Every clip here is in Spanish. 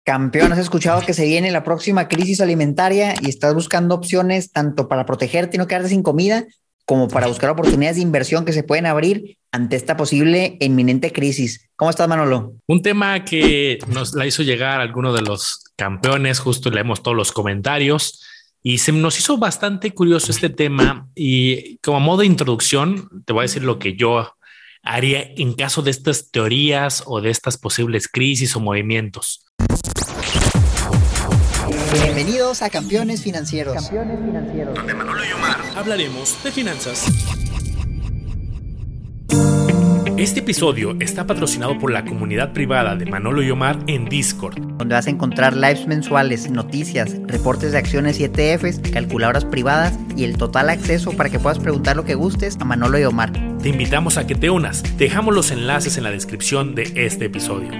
Campeón, has escuchado que se viene la próxima crisis alimentaria y estás buscando opciones tanto para protegerte y no quedarte sin comida, como para buscar oportunidades de inversión que se pueden abrir ante esta posible e inminente crisis. ¿Cómo estás, Manolo? Un tema que nos la hizo llegar alguno de los campeones, justo leemos todos los comentarios y se nos hizo bastante curioso este tema y como modo de introducción te voy a decir lo que yo haría en caso de estas teorías o de estas posibles crisis o movimientos. Bienvenidos a Campeones Financieros. Campeones Financieros. Donde Manolo y Omar hablaremos de finanzas. Este episodio está patrocinado por la comunidad privada de Manolo y Omar en Discord, Donde vas a encontrar lives mensuales, noticias, reportes de acciones y ETFs, calculadoras privadas y el total acceso para que puedas preguntar lo que gustes a Manolo y Omar. Te invitamos a que te unas. Dejamos los enlaces en la descripción de este episodio.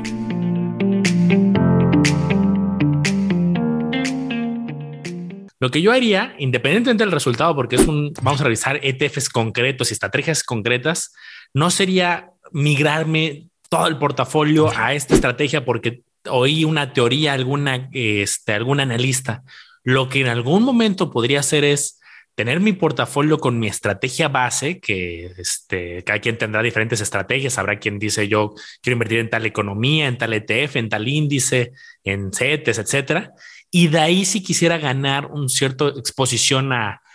Lo que yo haría, independientemente del resultado, porque vamos a revisar ETFs concretos y estrategias concretas, no sería migrarme todo el portafolio a esta estrategia porque oí una teoría, algún analista. Lo que en algún momento podría hacer es tener mi portafolio con mi estrategia base, que cada quien tendrá diferentes estrategias. Habrá quien dice yo quiero invertir en tal economía, en tal ETF, en tal índice, en CETES, etcétera. Y de ahí si quisiera ganar un cierto exposición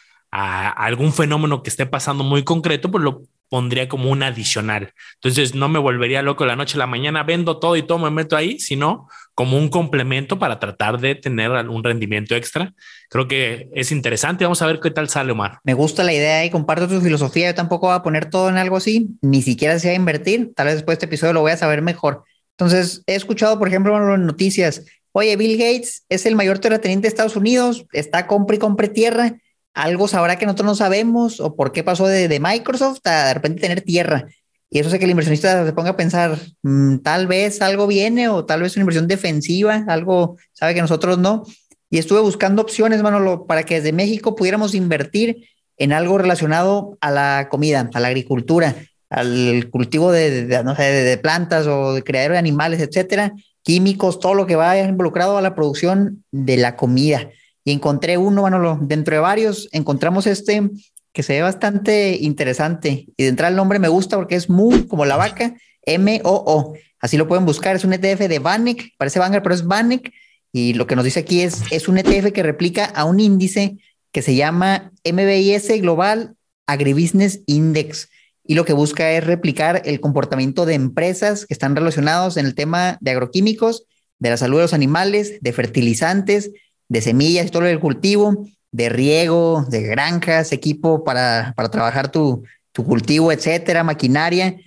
a algún fenómeno que esté pasando muy concreto, pues lo pondría como un adicional. Entonces no me volvería loco de la noche a la mañana, vendo todo y todo me meto ahí, sino como un complemento para tratar de tener un rendimiento extra. Creo que es interesante. Vamos a ver qué tal sale, Omar. Me gusta la idea y comparto tu filosofía. Yo tampoco voy a poner todo en algo así, ni siquiera sea invertir. Tal vez después de este episodio lo voy a saber mejor. Entonces, he escuchado, por ejemplo, en noticias, oye, Bill Gates es el mayor terrateniente de Estados Unidos, está compre y compre tierra. Algo sabrá que nosotros no sabemos, o por qué pasó de Microsoft a de repente tener tierra. Y eso hace que el inversionista se ponga a pensar, tal vez algo viene, o tal vez una inversión defensiva, algo sabe que nosotros no. Y estuve buscando opciones, Manolo, para que desde México pudiéramos invertir en algo relacionado a la comida, a la agricultura, al cultivo no sé, de plantas o de criadero de animales, etcétera, químicos, todo lo que va involucrado a la producción de la comida. Y encontré uno, Manolo, dentro de varios, encontramos este que se ve bastante interesante. Y de entrada el nombre me gusta porque es Moo, como la vaca, MOO. Así lo pueden buscar, es un ETF de VanEck, parece Vanguard, pero es VanEck. Y lo que nos dice aquí es un ETF que replica a un índice que se llama MBIS Global Agribusiness Index. Y lo que busca es replicar el comportamiento de empresas que están relacionados en el tema de agroquímicos, de la salud de los animales, de fertilizantes, de semillas y todo el cultivo, de riego, de granjas, equipo para trabajar tu cultivo, etcétera, maquinaria,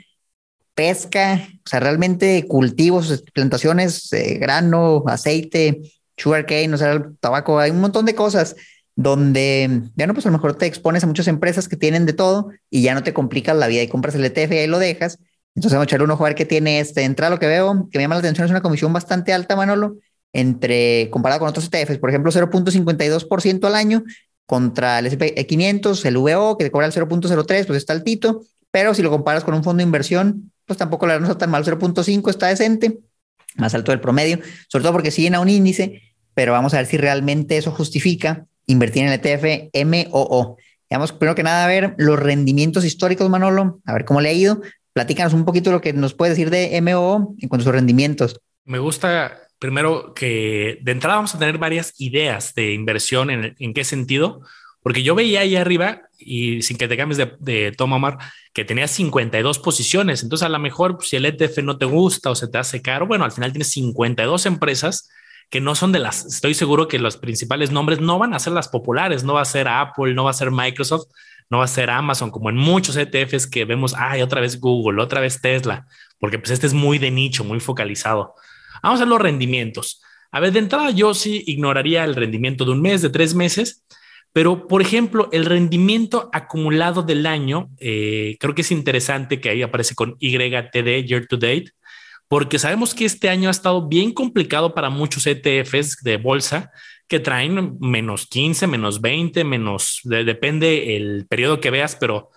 pesca, o sea, realmente cultivos, plantaciones, grano, aceite, sugarcane, o sea, el tabaco, hay un montón de cosas donde, ya no, pues a lo mejor te expones a muchas empresas que tienen de todo y ya no te complicas la vida y compras el ETF y ahí lo dejas. Entonces vamos a echarle un ojo a ver qué tiene este. De entrada, lo que veo que me llama la atención es una comisión bastante alta, Manolo, comparado con otros ETFs, por ejemplo, 0.52% al año contra el S&P 500, el VO, que te cobra el 0.03, pues está altito, pero si lo comparas con un fondo de inversión, pues tampoco la verdad no está tan mal, 0.5 está decente, más alto del promedio, sobre todo porque siguen a un índice, pero vamos a ver si realmente eso justifica invertir en el ETF MOO. Vamos primero que nada a ver los rendimientos históricos, Manolo, a ver cómo le ha ido. Platícanos un poquito lo que nos puedes decir de MOO en cuanto a sus rendimientos. Me gusta primero que de entrada vamos a tener varias ideas de inversión en qué sentido, porque yo veía ahí arriba y sin que te cambies de toma, Omar, que tenía 52 posiciones. Entonces, a lo mejor si el ETF no te gusta o se te hace caro, bueno, al final tienes 52 empresas que no son estoy seguro que los principales nombres no van a ser las populares, no va a ser Apple, no va a ser Microsoft, no va a ser Amazon, como en muchos ETFs que vemos, ay, otra vez Google, otra vez Tesla, porque pues este es muy de nicho, muy focalizado. Vamos a ver los rendimientos. A ver, de entrada yo sí ignoraría el rendimiento de un mes, de 3 meses, pero por ejemplo, el rendimiento acumulado del año, creo que es interesante que ahí aparece con YTD, Year to Date, porque sabemos que este año ha estado bien complicado para muchos ETFs de bolsa que traen -15, -20, depende el periodo que veas, pero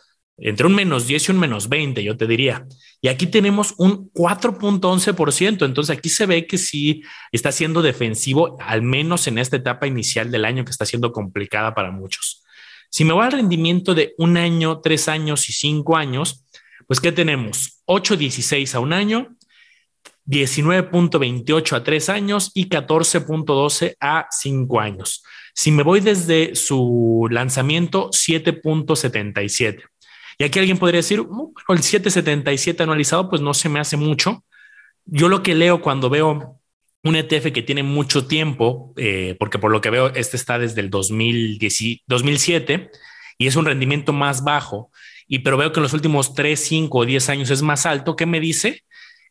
entre un -10 y un -20, yo te diría. Y aquí tenemos un 4.11%. Entonces aquí se ve que sí está siendo defensivo, al menos en esta etapa inicial del año que está siendo complicada para muchos. Si me voy al rendimiento de 1 año, 3 años y 5 años, pues ¿qué tenemos? 8.16 a 1 año, 19.28 a 3 años y 14.12 a 5 años. Si me voy desde su lanzamiento, 7.77. Y aquí alguien podría decir, bueno, el 7.77 anualizado, pues no se me hace mucho. Yo lo que leo cuando veo un ETF que tiene mucho tiempo, porque por lo que veo, este está desde el 2007 y es un rendimiento más bajo, pero veo que en los últimos 3, 5 o 10 años es más alto. ¿Qué me dice?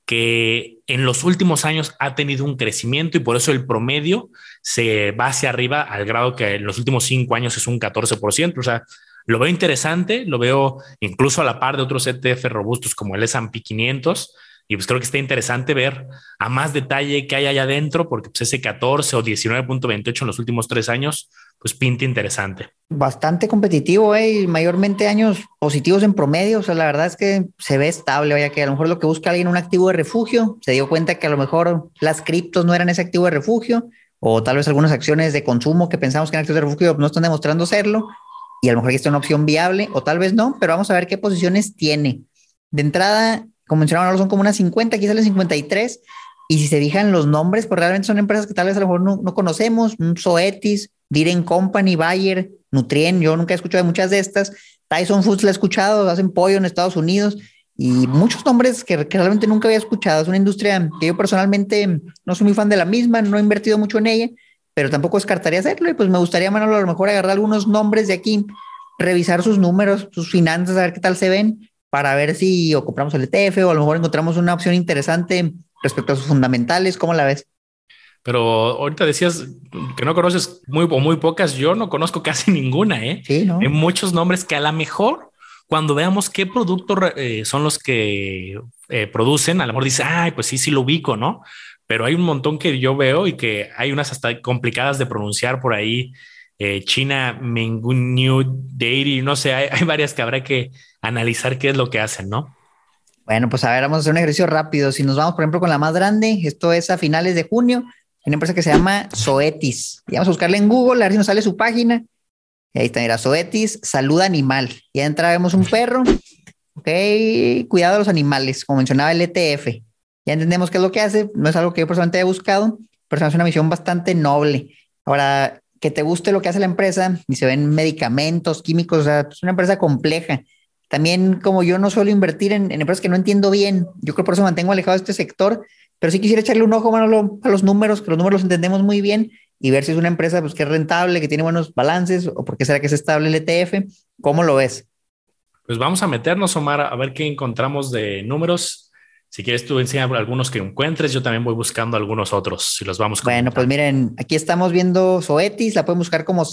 Que en los últimos años ha tenido un crecimiento y por eso el promedio se va hacia arriba al grado que en los últimos 5 años es un 14%. O sea, lo veo interesante, lo veo incluso a la par de otros ETF robustos como el S&P 500. Y pues creo que está interesante ver a más detalle qué hay allá adentro, porque pues ese 14 o 19.28 en los últimos 3 años, pues pinta interesante. Bastante competitivo, y mayormente años positivos en promedio. O sea, la verdad es que se ve estable. Vaya, que a lo mejor lo que busca alguien un activo de refugio, se dio cuenta que a lo mejor las criptos no eran ese activo de refugio, o tal vez algunas acciones de consumo que pensamos que eran activos de refugio no están demostrando serlo, y a lo mejor esta es una opción viable, o tal vez no, pero vamos a ver qué posiciones tiene. De entrada, como mencionaban, son como unas 50, aquí salen 53, y si se fijan los nombres, pues realmente son empresas que tal vez a lo mejor no conocemos, un Zoetis, Deere & Company, Bayer, Nutrien, yo nunca he escuchado de muchas de estas. Tyson Foods la he escuchado, hacen pollo en Estados Unidos, y muchos nombres que realmente nunca había escuchado. Es una industria que yo personalmente no soy muy fan de la misma, no he invertido mucho en ella, pero tampoco descartaría hacerlo, y pues me gustaría, Manolo, a lo mejor agarrar algunos nombres de aquí, revisar sus números, sus finanzas, a ver qué tal se ven, para ver si o compramos el ETF o a lo mejor encontramos una opción interesante respecto a sus fundamentales. ¿Cómo la ves? Pero ahorita decías que no conoces muy pocas. Yo no conozco casi ninguna, ¿eh? Sí, ¿no? Hay muchos nombres que a lo mejor cuando veamos qué productos son los que producen, a lo mejor dice, ay, pues sí lo ubico, ¿no? Pero hay un montón que yo veo y que hay unas hasta complicadas de pronunciar por ahí. China Menguniu Dairy, no sé, hay varias que habrá que analizar qué es lo que hacen, ¿no? Bueno, pues a ver, vamos a hacer un ejercicio rápido. Si nos vamos, por ejemplo, con la más grande, esto es a finales de junio, una empresa que se llama Zoetis. Y vamos a buscarle en Google, a ver si nos sale su página. Y ahí está, mira, Zoetis, salud animal. Y adentro vemos un perro. Ok, cuidado de los animales, como mencionaba el ETF. Ya entendemos qué es lo que hace. No es algo que yo personalmente haya buscado, pero es una misión bastante noble. Ahora, que te guste lo que hace la empresa y se ven medicamentos, químicos, o sea, es una empresa compleja. También, como yo no suelo invertir en empresas que no entiendo bien, yo creo por eso me mantengo alejado de este sector, pero sí quisiera echarle un ojo, Manolo, a los números, que los números los entendemos muy bien, y ver si es una empresa pues, que es rentable, que tiene buenos balances, o por qué será que es estable el ETF. ¿Cómo lo ves? Pues vamos a meternos, Omar, a ver qué encontramos de números. Si quieres, tú enseña algunos que encuentres. Yo también voy buscando algunos otros y los vamos Bueno, pues comentando. miren, aquí estamos viendo Zoetis, la pueden buscar como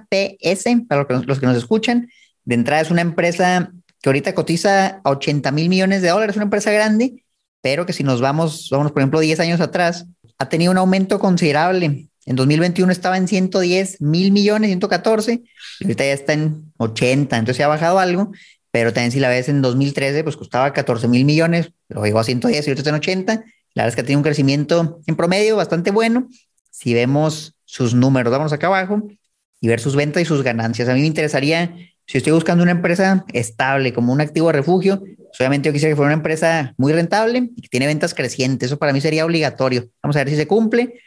ZPS para los que nos escuchan. De entrada es una empresa que ahorita cotiza a 80,000 millones de dólares, una empresa grande, pero que si vámonos por ejemplo 10 años atrás, ha tenido un aumento considerable. En 2021 estaba en 110,000 millones, 114, y ahorita ya está en 80, entonces se ha bajado algo, pero también si la ves en 2013, pues costaba 14,000 millones, pero llegó a 110 y ahorita está en 80. La verdad es que ha tenido un crecimiento en promedio bastante bueno. Si vemos sus números, vamos acá abajo y ver sus ventas y sus ganancias. A mí me interesaría, si estoy buscando una empresa estable como un activo de refugio, pues obviamente yo quisiera que fuera una empresa muy rentable y que tiene ventas crecientes. Eso para mí sería obligatorio. Vamos a ver si se cumple.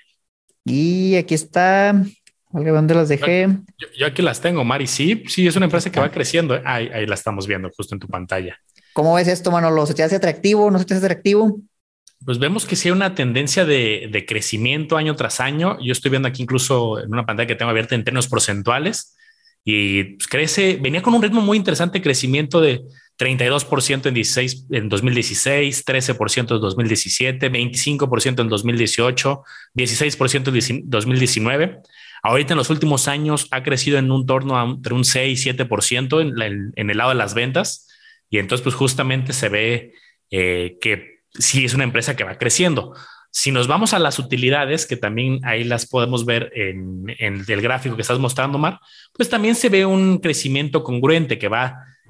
Y aquí está, ¿dónde las Yo, dejé? yo aquí las tengo, Omar, y sí, es una Aquí empresa que va está. creciendo. Ahí la estamos viendo justo en tu pantalla. ¿Cómo ves esto, Manolo? ¿Se te hace atractivo? ¿No se te hace atractivo? Pues vemos que sí hay una tendencia de crecimiento año tras año. Yo estoy viendo aquí incluso en una pantalla que tengo abierta en términos porcentuales y pues crece, venía con un ritmo muy interesante de crecimiento de 32% en 2016, 13% en 2017, 25% en 2018, 16% en 2019. Ahorita en los últimos años ha crecido en un torno a entre un 6 y 7% en el lado de las ventas. Y entonces pues justamente se ve que sí es una empresa que va creciendo. Si nos vamos a las utilidades, que también ahí las podemos ver en el gráfico que estás mostrando, Mar, pues también se ve un crecimiento congruente que va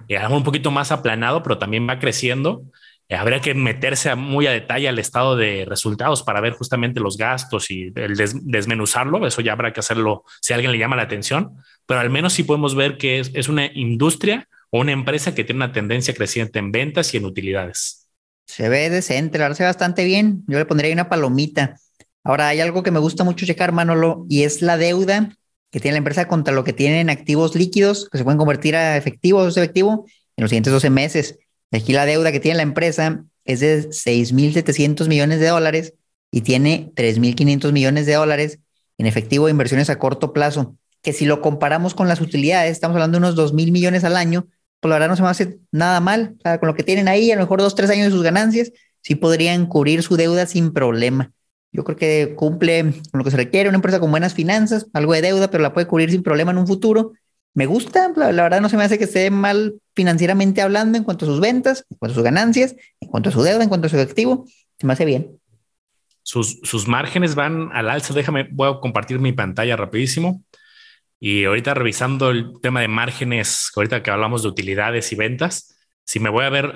a lo mejor un poquito más aplanado, pero también va creciendo. Habría que meterse muy a detalle al estado de resultados para ver justamente los gastos y el desmenuzarlo. Eso ya habrá que hacerlo si a alguien le llama la atención, pero al menos sí podemos ver que es una industria o una empresa que tiene una tendencia creciente en ventas y en utilidades. Se ve decente, la verdad se ve bastante bien. Yo le pondría ahí una palomita. Ahora, hay algo que me gusta mucho checar, Manolo, y es la deuda que tiene la empresa contra lo que tienen activos líquidos que se pueden convertir a efectivo en los siguientes 12 meses. Aquí la deuda que tiene la empresa es de 6.700 millones de dólares y tiene 3.500 millones de dólares en efectivo de inversiones a corto plazo, que si lo comparamos con las utilidades, estamos hablando de unos 2.000 millones al año, pues la verdad no se me hace nada mal. O sea, con lo que tienen ahí, a lo mejor 2, 3 años de sus ganancias, sí podrían cubrir su deuda sin problema. Yo creo que cumple con lo que se requiere una empresa con buenas finanzas, algo de deuda, pero la puede cubrir sin problema en un futuro. Me gusta, la verdad no se me hace que esté mal financieramente hablando en cuanto a sus ventas, en cuanto a sus ganancias, en cuanto a su deuda, en cuanto a su activo. Se me hace bien. Sus márgenes van al alza. Voy a compartir mi pantalla rapidísimo. Y ahorita revisando el tema de márgenes, ahorita que hablamos de utilidades y ventas, si me voy a ver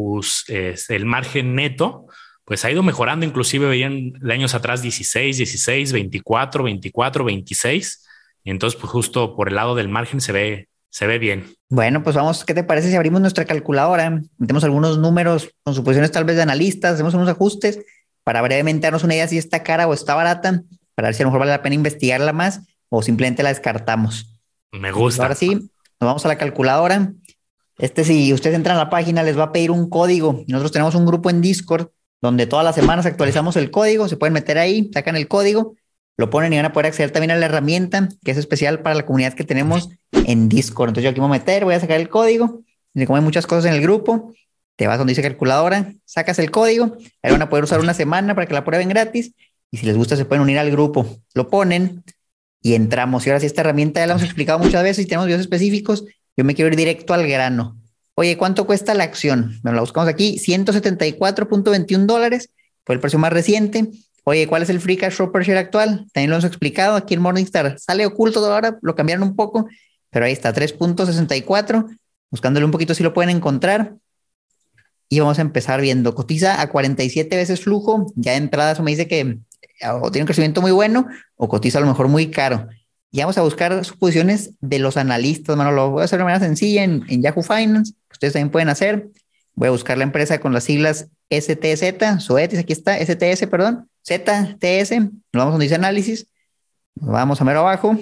el margen neto, pues ha ido mejorando, inclusive veían de años atrás 16, 16, 24, 24, 26. Entonces, pues justo por el lado del margen se ve bien. Bueno, pues vamos, ¿qué te parece si abrimos nuestra calculadora? Metemos algunos números con suposiciones tal vez de analistas, hacemos unos ajustes para brevemente darnos una idea si está cara o está barata, para ver si a lo mejor vale la pena investigarla más o simplemente la descartamos. Me Entonces, gusta. ahora sí, nos vamos a la calculadora. Si ustedes entran a la página, les va a pedir un código. Nosotros tenemos un grupo en Discord donde todas las semanas actualizamos el código. Se pueden meter ahí, sacan el código, lo ponen y van a poder acceder también a la herramienta que es especial para la comunidad que tenemos en Discord. Entonces yo aquí me voy a meter, voy a sacar el código. Y como hay muchas cosas en el grupo, te vas donde dice calculadora, sacas el código, ahí van a poder usar una semana para que la prueben gratis. Y si les gusta, se pueden unir al grupo. Lo ponen y entramos. Y ahora sí, esta herramienta ya la hemos explicado muchas veces y tenemos videos específicos. Yo me quiero ir directo al grano. Oye, ¿cuánto cuesta la acción? Bueno, la buscamos aquí, $174.21, fue el precio más reciente. Oye, ¿cuál es el free cash flow per share actual? También lo hemos explicado aquí en Morningstar. Sale oculto ahora, lo cambiaron un poco, pero ahí está, 3.64. Buscándole un poquito si lo pueden encontrar. Y vamos a empezar viendo, cotiza a 47 veces flujo. Ya de entrada eso me dice que o tiene un crecimiento muy bueno o cotiza a lo mejor muy caro. Y vamos a buscar suposiciones de los analistas, mano. Lo voy a hacer de manera sencilla en Yahoo Finance, que ustedes también pueden hacer. Voy a buscar la empresa con las siglas STZ, Zoetis, aquí está, STS, perdón, ZTS. Nos vamos donde dice análisis. Nos vamos a mero abajo.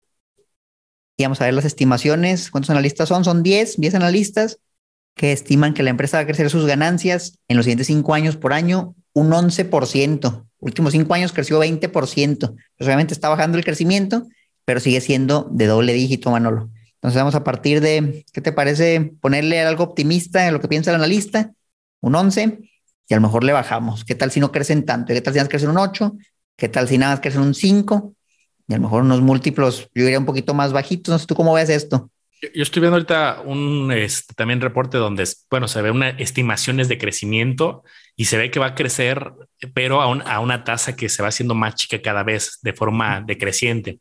Y vamos a ver las estimaciones. ¿Cuántos analistas son? Son 10 analistas que estiman que la empresa va a crecer sus ganancias en los siguientes 5 años por año un 11%. Últimos 5 años creció 20%. Pues obviamente está bajando el crecimiento, pero sigue siendo de doble dígito, Manolo. Entonces vamos a partir de, ¿qué te parece ponerle algo optimista en lo que piensa el analista? Un 11 y a lo mejor le bajamos. ¿Qué tal si no crecen tanto? ¿Qué tal si nada más crecen un 8? ¿Qué tal si nada más crecen un 5? Y a lo mejor unos múltiplos, yo diría un poquito más bajitos. No sé tú cómo ves esto. Yo estoy viendo ahorita un también reporte donde, bueno, se ve una estimaciones de crecimiento y se ve que va a crecer, pero a una tasa que se va haciendo más chica cada vez de forma decreciente.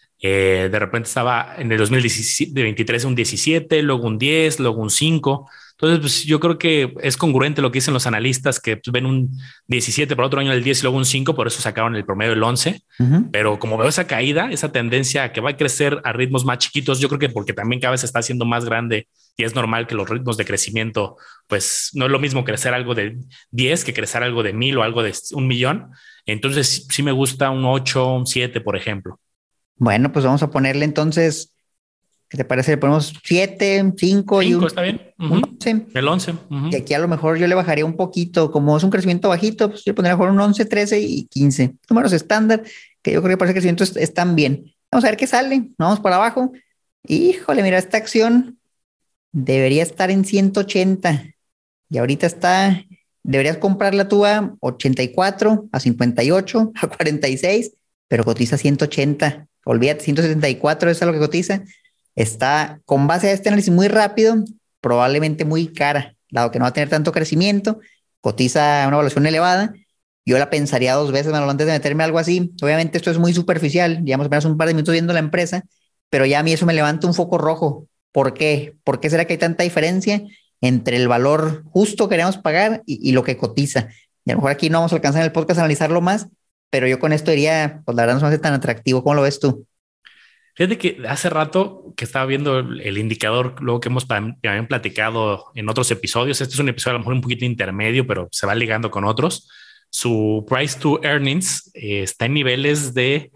De repente estaba en el 2023 un 17, luego un 10, luego un 5. Entonces, pues yo creo que es congruente lo que dicen los analistas que pues, ven un 17 para otro año el 10 y luego un 5, por eso sacaron el promedio del 11. Pero como veo esa caída, esa tendencia a que va a crecer a ritmos más chiquitos, yo creo que porque también cada vez se está haciendo más grande y es normal que los ritmos de crecimiento, pues no es lo mismo crecer algo de 10 que crecer algo de 1,000 o algo de 1,000,000. Entonces sí me gusta un 8, un 7, por ejemplo. Bueno, pues vamos a ponerle entonces, ¿qué te parece? Le ponemos 7, 5 y 5, ¿está bien? un 11. El 11. Y aquí a lo mejor yo le bajaría un poquito, como es un crecimiento bajito, pues yo le pondría a lo mejor un 11, 13 y 15. Números estándar, que yo creo que para ese crecimiento están bien. Vamos a ver qué sale. Vamos para abajo. Híjole, mira, esta acción debería estar en 180 y ahorita deberías comprarla tú a 84, a 58, a 46, pero cotiza 180. Olvídate, 174 es a lo que cotiza. Está con base a este análisis muy rápido, probablemente muy cara, dado que no va a tener tanto crecimiento, cotiza una evaluación elevada. Yo la pensaría 2 veces, Manolo, antes de meterme algo así. Obviamente esto es muy superficial, llevamos apenas un par de minutos viendo la empresa, pero ya a mí eso me levanta un foco rojo, ¿Por qué? ¿Por qué será que hay tanta diferencia entre el valor justo que queremos pagar y lo que cotiza? Y a lo mejor aquí no vamos a alcanzar en el podcast a analizarlo más, pero yo con esto diría, pues la verdad no se me hace tan atractivo. ¿Cómo lo ves tú? Fíjate que hace rato que estaba viendo el indicador, luego que hemos también platicado en otros episodios. Este es un episodio a lo mejor un poquito intermedio, pero se va ligando con otros. Su price to earnings está en niveles de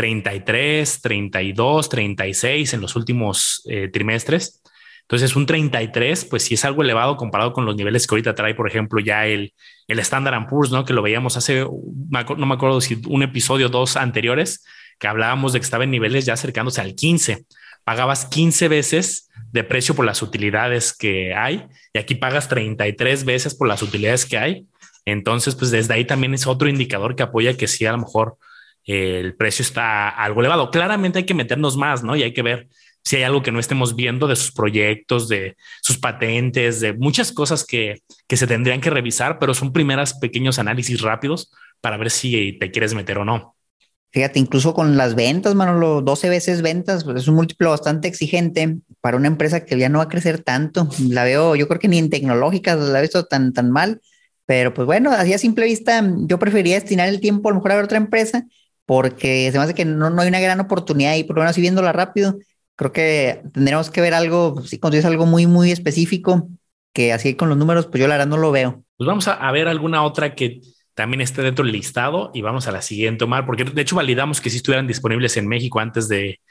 33, 32, 36 en los últimos trimestres. Entonces, un 33, pues sí es algo elevado comparado con los niveles que ahorita trae, por ejemplo, ya el Standard & Poor's, ¿no? Que lo veíamos hace, no me acuerdo si un episodio o dos anteriores, que hablábamos de que estaba en niveles ya acercándose al 15. Pagabas 15 veces de precio por las utilidades que hay y aquí pagas 33 veces por las utilidades que hay. Entonces, pues desde ahí también es otro indicador que apoya que sí, a lo mejor el precio está algo elevado. Claramente hay que meternos más, ¿no? Y hay que ver si hay algo que no estemos viendo de sus proyectos, de sus patentes, de muchas cosas que se tendrían que revisar, pero son primeros pequeños análisis rápidos para ver si te quieres meter o no. Fíjate, incluso con las ventas, Manolo, 12 veces ventas, pues es un múltiplo bastante exigente para una empresa que ya no va a crecer tanto. La veo, yo creo que ni en tecnológicas la he visto tan mal, pero pues bueno, así a simple vista, yo preferiría destinar el tiempo a lo mejor a ver otra empresa, porque se me hace que no hay una gran oportunidad y por lo menos así viéndola rápido, creo que tendremos que ver algo, si consigues algo muy específico, que así con los números, pues yo la verdad no lo veo. Pues vamos a ver alguna otra que también esté dentro del listado y vamos a la siguiente, Omar, porque de hecho validamos que sí estuvieran disponibles en México antes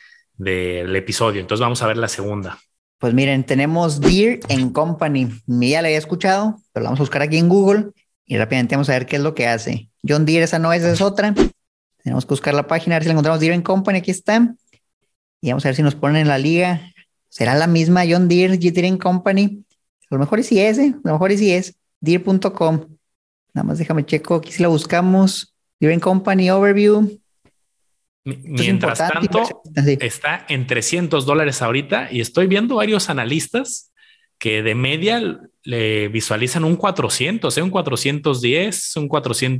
del episodio. Entonces vamos a ver la segunda. Pues miren, tenemos Deere Company. Ya la había escuchado, pero la vamos a buscar aquí en Google y rápidamente vamos a ver qué es lo que hace. John Deere, esa no es, esa es otra. Tenemos que buscar la página, a ver si la encontramos. Deere Company, aquí está. Y vamos a ver si nos ponen en la liga. ¿Será la misma John Deere, Deere Company? A lo mejor y sí es, a lo mejor y sí es. Deere.com. Nada más déjame checo, aquí si la buscamos. Deere Company Overview. Esto es Mientras tanto, sí. está en $300 ahorita y estoy viendo varios analistas que de media le visualizan un 400, un 410, un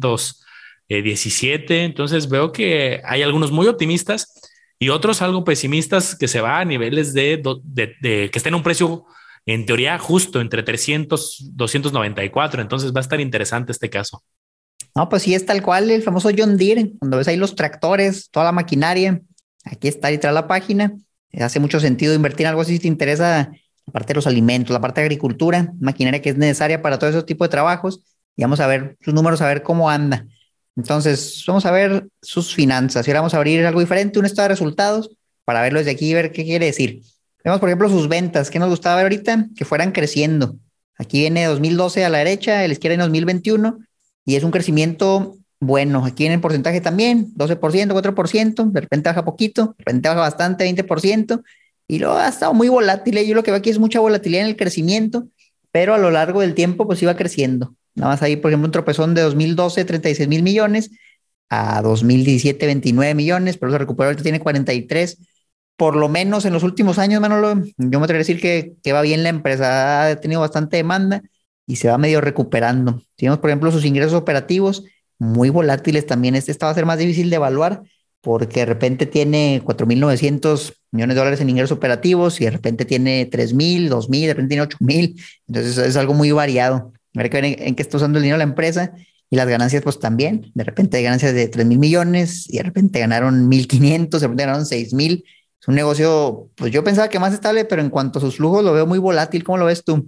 417. Entonces veo que hay algunos muy optimistas y otros algo pesimistas que se va a niveles de que está en un precio en teoría justo entre 300, 294. Entonces va a estar interesante este caso. No, pues sí es tal cual el famoso John Deere, cuando ves ahí los tractores, toda la maquinaria, aquí está literal la página, hace mucho sentido invertir en algo así si te interesa la parte de los alimentos, la parte de agricultura, maquinaria que es necesaria para todo ese tipo de trabajos, y vamos a ver sus números, a ver cómo anda. Entonces, vamos a ver sus finanzas, y ahora vamos a abrir algo diferente, un estado de resultados, para verlo desde aquí y ver qué quiere decir. Vemos, por ejemplo, sus ventas, ¿qué nos gustaba ver ahorita? Que fueran creciendo. Aquí viene 2012 a la derecha, a la izquierda en 2021, y es un crecimiento bueno. Aquí en el porcentaje también, 12%, 4%, de repente baja poquito, de repente baja bastante, 20%, y luego ha estado muy volátil. Yo lo que veo aquí es mucha volatilidad en el crecimiento, pero a lo largo del tiempo pues iba creciendo. Nada más ahí, por ejemplo, un tropezón de 2012, 36 mil millones, a 2017, 29 millones, pero se recuperó, ahorita tiene 43. Por lo menos en los últimos años, Manolo, yo me atrevo a decir que va bien la empresa, ha tenido bastante demanda y se va medio recuperando. Si vemos, por ejemplo, sus ingresos operativos, muy volátiles también. Esta va a ser más difícil de evaluar porque de repente tiene 4.900 millones de dólares en ingresos operativos y de repente tiene 3.000, 2.000, de repente tiene 8.000. Entonces es algo muy variado. Habrá que ver en qué está usando el dinero la empresa y las ganancias pues también. De repente hay ganancias de 3.000 millones y de repente ganaron 1.500, de repente ganaron 6.000. Es un negocio, pues yo pensaba que más estable, pero en cuanto a sus flujos lo veo muy volátil. ¿Cómo lo ves tú?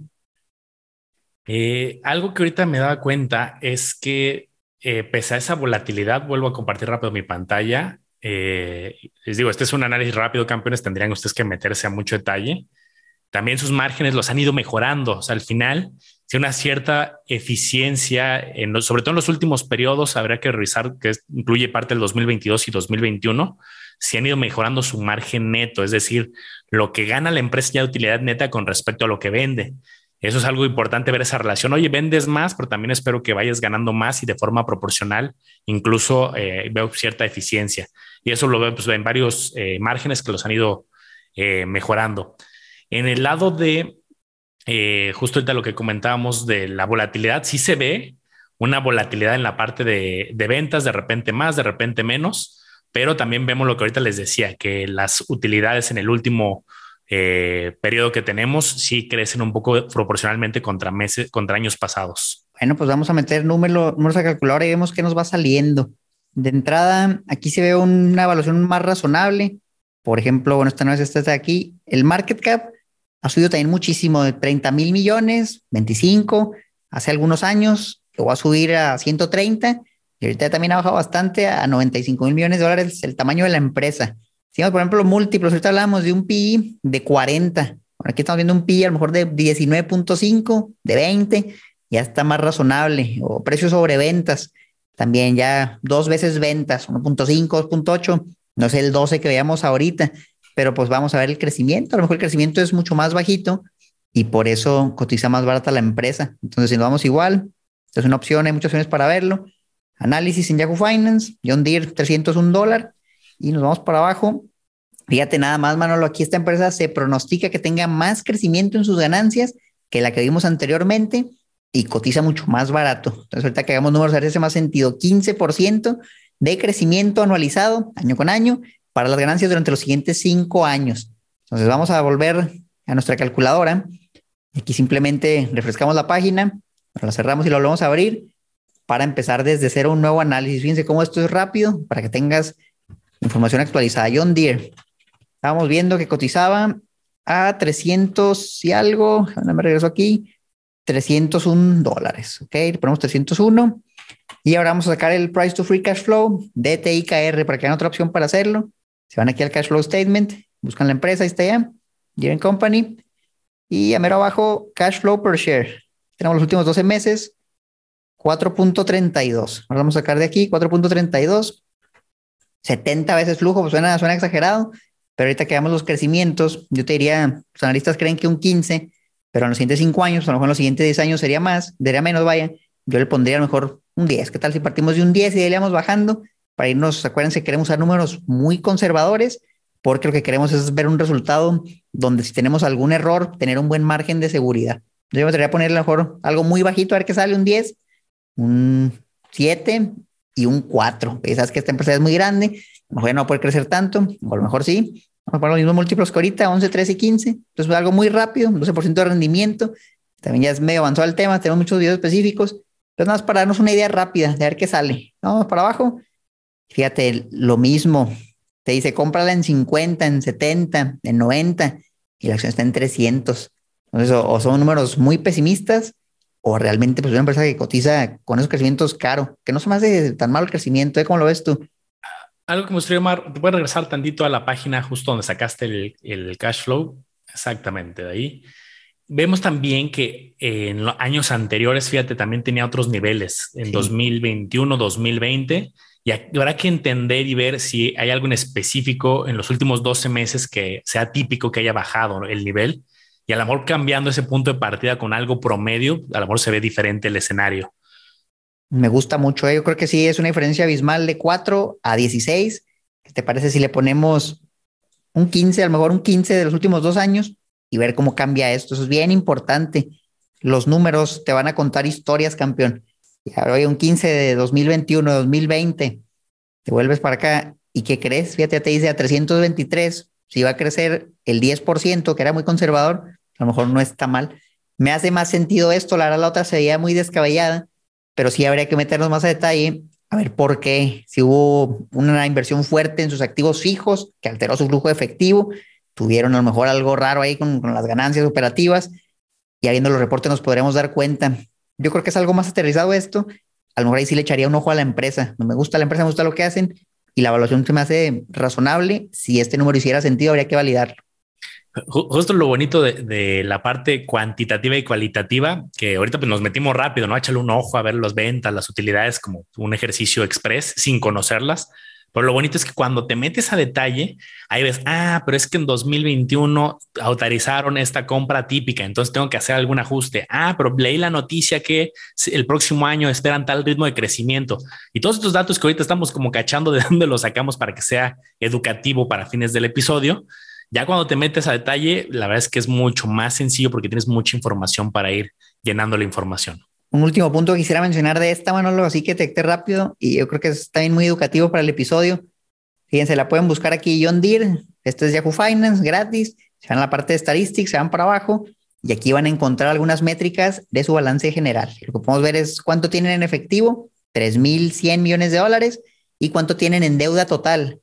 Algo que ahorita me daba cuenta es que pese a esa volatilidad, vuelvo a compartir rápido mi pantalla. Les digo, este es un análisis rápido, campeones, tendrían ustedes que meterse a mucho detalle. También sus márgenes los han ido mejorando. O sea, al final, si una cierta eficiencia, sobre todo en los últimos periodos, habría que revisar que incluye parte del 2022 y 2021, si han ido mejorando su margen neto, es decir, lo que gana la empresa ya de utilidad neta con respecto a lo que vende. Eso es algo importante ver esa relación. Oye, vendes más, pero también espero que vayas ganando más y de forma proporcional, incluso veo cierta eficiencia. Y eso lo veo pues, en varios márgenes que los han ido mejorando. En el lado de, justo ahorita lo que comentábamos de la volatilidad, sí se ve una volatilidad en la parte de ventas, de repente más, de repente menos, pero también vemos lo que ahorita les decía, que las utilidades en el último periodo que tenemos, sí crecen un poco proporcionalmente contra meses, contra años pasados. Bueno, pues vamos a meter números a calculadora y vemos qué nos va saliendo. De entrada, aquí se ve una evaluación más razonable. Por ejemplo, bueno, esta no es esta de aquí. El market cap ha subido también muchísimo, de 30,000 millones, 25, hace algunos años, llegó a subir a 130 y ahorita también ha bajado bastante a 95,000 millones de dólares el tamaño de la empresa. Si vemos, por ejemplo, los múltiplos, ahorita hablamos de un PI de 40. Bueno, aquí estamos viendo un PI a lo mejor de 19.5, de 20, ya está más razonable. O precios sobre ventas, también ya 2 veces ventas, 1.5, 2.8, no es el 12 que veíamos ahorita, pero pues vamos a ver el crecimiento. A lo mejor el crecimiento es mucho más bajito y por eso cotiza más barata la empresa. Entonces, si nos vamos igual, esta es una opción, hay muchas opciones para verlo. Análisis en Yahoo Finance, John Deere, $301, y nos vamos para abajo. Fíjate nada más, Manolo, aquí esta empresa se pronostica que tenga más crecimiento en sus ganancias que la que vimos anteriormente y cotiza mucho más barato. Entonces, ahorita que hagamos números, hace más sentido. 15% de crecimiento anualizado, año con año, para las ganancias durante los siguientes 5 años. Entonces, vamos a volver a nuestra calculadora. Aquí simplemente refrescamos la página, la cerramos y la volvemos a abrir para empezar desde cero un nuevo análisis. Fíjense cómo esto es rápido para que tengas información actualizada. John Deere. Estábamos viendo que cotizaba a 300 y algo. Me regreso aquí. $301. Ok, le ponemos 301. Y ahora vamos a sacar el Price to Free Cash Flow de TIKR para que haya otra opción para hacerlo. Se van aquí al Cash Flow Statement, buscan la empresa, ahí está ya, Deere & Company. Y a mero abajo, Cash Flow per Share. Tenemos los últimos 12 meses, 4.32. Ahora vamos a sacar de aquí 4.32. 70 veces flujo, pues suena exagerado, pero ahorita que veamos los crecimientos, yo te diría, los analistas creen que un 15, pero en los siguientes 5 años, a lo mejor en los siguientes 10 años sería menos, vaya. Yo le pondría a lo mejor un 10. ¿Qué tal si partimos de un 10 y de ahí le vamos bajando? Para irnos, acuérdense que queremos usar números muy conservadores, porque lo que queremos es ver un resultado donde si tenemos algún error, tener un buen margen de seguridad. Yo me gustaría ponerle a lo mejor algo muy bajito, a ver qué sale, un 10, un 7 y un 4. Sabes que esta empresa es muy grande, a lo mejor no va a poder crecer tanto, o a lo mejor sí. Vamos a poner los mismos múltiplos que ahorita, 11, 13 y 15. Entonces, algo muy rápido, 12% de rendimiento. También ya es medio avanzado el tema, tenemos muchos videos específicos. Entonces, nada más para darnos una idea rápida de ver qué sale. Vamos para abajo. Fíjate, lo mismo. Te dice, cómprala en 50, en 70, en 90, y la acción está en 300. Entonces, o son números muy pesimistas, o realmente pues una empresa que cotiza con esos crecimientos caro, que no se me hace tan malo el crecimiento. ¿Cómo lo ves tú? Algo que me gustaría, Omar, te puedes regresar tantito a la página justo donde sacaste el cash flow. Exactamente, de ahí. Vemos también que en los años anteriores, fíjate, también tenía otros niveles, en 2021, 2020, y habrá que entender y ver si hay algo en específico en los últimos 12 meses que sea típico que haya bajado el nivel, y a lo mejor cambiando ese punto de partida con algo promedio, a lo mejor se ve diferente el escenario. Me gusta mucho, yo creo que sí, es una diferencia abismal de 4 a 16. ¿Qué te parece si le ponemos un 15, a lo mejor un 15 de los últimos 2 años y ver cómo cambia esto? Eso es bien importante. Los números te van a contar historias, campeón. Y ahora hay un 15 de 2021, 2020, te vuelves para acá y ¿qué crees? Fíjate, te dice a 323, si va a crecer el 10%, que era muy conservador, a lo mejor no está mal. Me hace más sentido esto, la verdad la otra se veía muy descabellada, pero sí habría que meternos más a detalle, a ver por qué, si hubo una inversión fuerte en sus activos fijos que alteró su flujo de efectivo, tuvieron a lo mejor algo raro ahí con las ganancias operativas, y viendo los reportes nos podremos dar cuenta. Yo creo que es algo más aterrizado esto, a lo mejor ahí sí le echaría un ojo a la empresa. No me gusta la empresa, me gusta lo que hacen, y la evaluación se me hace razonable. Si este número hiciera sentido, habría que validarlo. Justo lo bonito de la parte cuantitativa y cualitativa, que ahorita pues nos metimos rápido, ¿no? Échale un ojo a ver las ventas, las utilidades como un ejercicio express sin conocerlas. Pero lo bonito es que cuando te metes a detalle, ahí ves, pero es que en 2021 autorizaron esta compra típica, entonces tengo que hacer algún ajuste. Pero leí la noticia que el próximo año esperan tal ritmo de crecimiento. Y todos estos datos que ahorita estamos como cachando de dónde los sacamos para que sea educativo para fines del episodio. Ya cuando te metes a detalle, la verdad es que es mucho más sencillo porque tienes mucha información para ir llenando la información. Un último punto que quisiera mencionar de esta, Manolo, así que te rápido, y yo creo que es también muy educativo para el episodio. Fíjense, la pueden buscar aquí, John Deere. Esto es Yahoo Finance, gratis. Se van a la parte de Statistics, se van para abajo y aquí van a encontrar algunas métricas de su balance general. Lo que podemos ver es cuánto tienen en efectivo, 3,100 millones de dólares, y cuánto tienen en deuda total,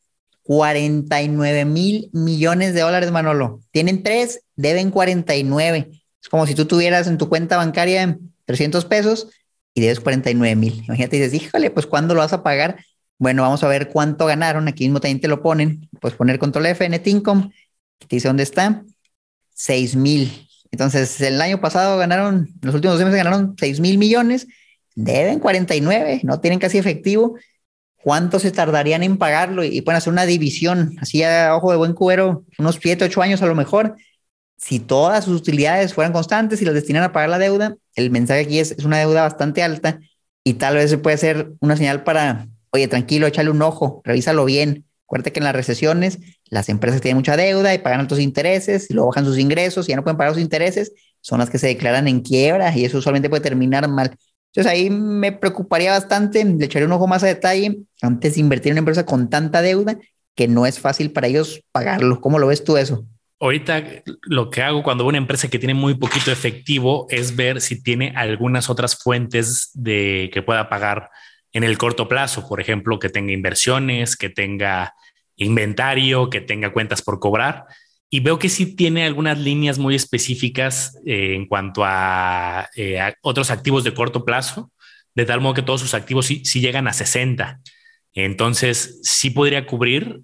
49,000 millones de dólares, Manolo. Tienen 3, deben 49. Es como si tú tuvieras en tu cuenta bancaria 300 pesos y debes 49,000. Imagínate y dices, híjole, pues ¿cuándo lo vas a pagar? Bueno, vamos a ver cuánto ganaron. Aquí mismo también te lo ponen. Puedes poner control F, net income. Te dice dónde está. 6,000. Entonces, el año pasado ganaron, los últimos 2 meses ganaron 6,000 millones. Deben 49, no tienen casi efectivo. ¿Cuánto se tardarían en pagarlo? Y pueden hacer una división, así a ojo de buen cubero, unos 7, 8 años a lo mejor. Si todas sus utilidades fueran constantes y las destinan a pagar la deuda, el mensaje aquí es una deuda bastante alta y tal vez se puede hacer una señal para, oye, tranquilo, échale un ojo, revísalo bien. Acuérdate que en las recesiones las empresas tienen mucha deuda y pagan altos intereses, y luego bajan sus ingresos y ya no pueden pagar sus intereses, son las que se declaran en quiebra y eso usualmente puede terminar mal. Entonces ahí me preocuparía bastante, le echaré un ojo más a detalle antes de invertir en una empresa con tanta deuda que no es fácil para ellos pagarlo. ¿Cómo lo ves tú eso? Ahorita lo que hago cuando veo una empresa que tiene muy poquito efectivo es ver si tiene algunas otras fuentes de que pueda pagar en el corto plazo. Por ejemplo, que tenga inversiones, que tenga inventario, que tenga cuentas por cobrar. Y veo que sí tiene algunas líneas muy específicas en cuanto a otros activos de corto plazo, de tal modo que todos sus activos sí llegan a 60. Entonces, sí podría cubrir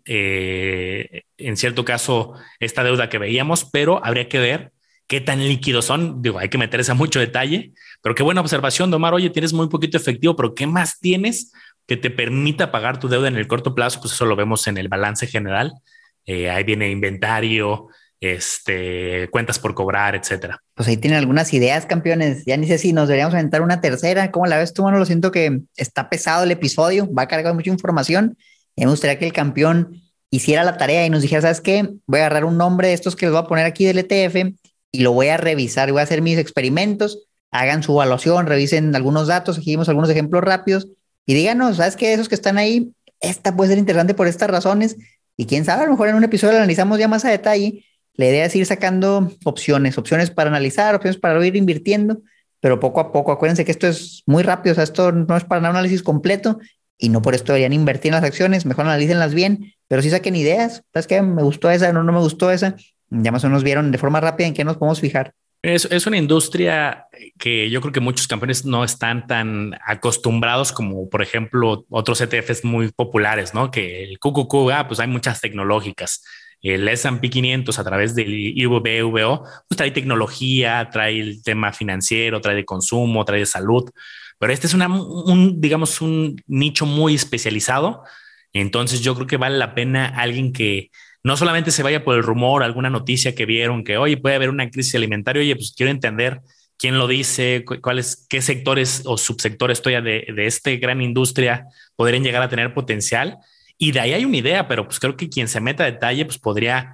en cierto caso esta deuda que veíamos, pero habría que ver qué tan líquidos son. Digo, hay que meterse a mucho detalle, pero qué buena observación, Omar. Oye, tienes muy poquito efectivo, pero ¿qué más tienes que te permita pagar tu deuda en el corto plazo? Pues eso lo vemos en el balance general. Ahí viene inventario, cuentas por cobrar, etcétera. Pues ahí tienen algunas ideas, campeones. Ya ni sé si nos deberíamos aventar una tercera. ¿Cómo la ves tú, mano? Lo siento que está pesado el episodio, va cargado de mucha información. Me gustaría que el campeón hiciera la tarea y nos dijera, ¿sabes qué? Voy a agarrar un nombre de estos que les voy a poner aquí del ETF y lo voy a revisar, voy a hacer mis experimentos, hagan su evaluación, revisen algunos datos, aquí vimos algunos ejemplos rápidos y díganos, ¿sabes qué? Esos que están ahí, esta puede ser interesante por estas razones y quién sabe, a lo mejor en un episodio lo analizamos ya más a detalle. La idea es ir sacando opciones para analizar, opciones para ir invirtiendo, pero poco a poco. Acuérdense que esto es muy rápido, o sea, esto no es para un análisis completo y no por esto deberían invertir en las acciones, mejor analícenlas bien, pero sí saquen ideas. ¿Sabes qué? Me gustó esa, no me gustó esa. Ya más o menos vieron de forma rápida en qué nos podemos fijar. Es una industria que yo creo que muchos campeones no están tan acostumbrados como, por ejemplo, otros ETFs muy populares, ¿no? Que el QQQ, pues hay muchas tecnológicas. El S&P 500 a través del IVBVO, pues trae tecnología, trae el tema financiero, trae de consumo, trae de salud, pero este es digamos, un nicho muy especializado. Entonces yo creo que vale la pena alguien que no solamente se vaya por el rumor, alguna noticia que vieron que, oye, puede haber una crisis alimentaria, oye, pues quiero entender quién lo dice, qué sectores o subsectores de esta gran industria podrían llegar a tener potencial. Y de ahí hay una idea, pero pues creo que quien se meta a detalle, pues podría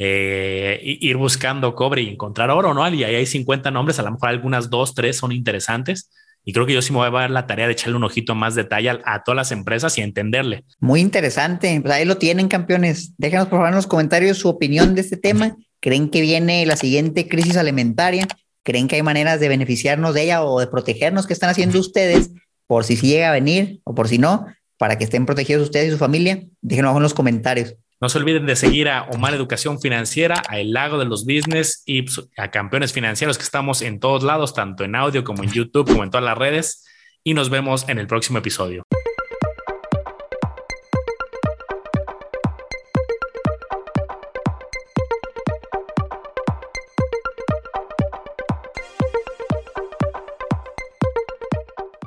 ir buscando cobre y encontrar oro, ¿no? Y ahí hay 50 nombres, a lo mejor algunas 2, 3 son interesantes. Y creo que yo sí me voy a dar la tarea de echarle un ojito más detalle a todas las empresas y entenderle. Muy interesante. Pues ahí lo tienen, campeones. Déjenos por favor en los comentarios su opinión de este tema. ¿Creen que viene la siguiente crisis alimentaria? ¿Creen que hay maneras de beneficiarnos de ella o de protegernos? ¿Qué están haciendo ustedes por si sí llega a venir o por si no? Para que estén protegidos ustedes y su familia. Déjenlo abajo en los comentarios. No se olviden de seguir a Omar Educación Financiera, a El Lago de los Business y a Campeones Financieros, que estamos en todos lados, tanto en audio como en YouTube, como en todas las redes. Y nos vemos en el próximo episodio.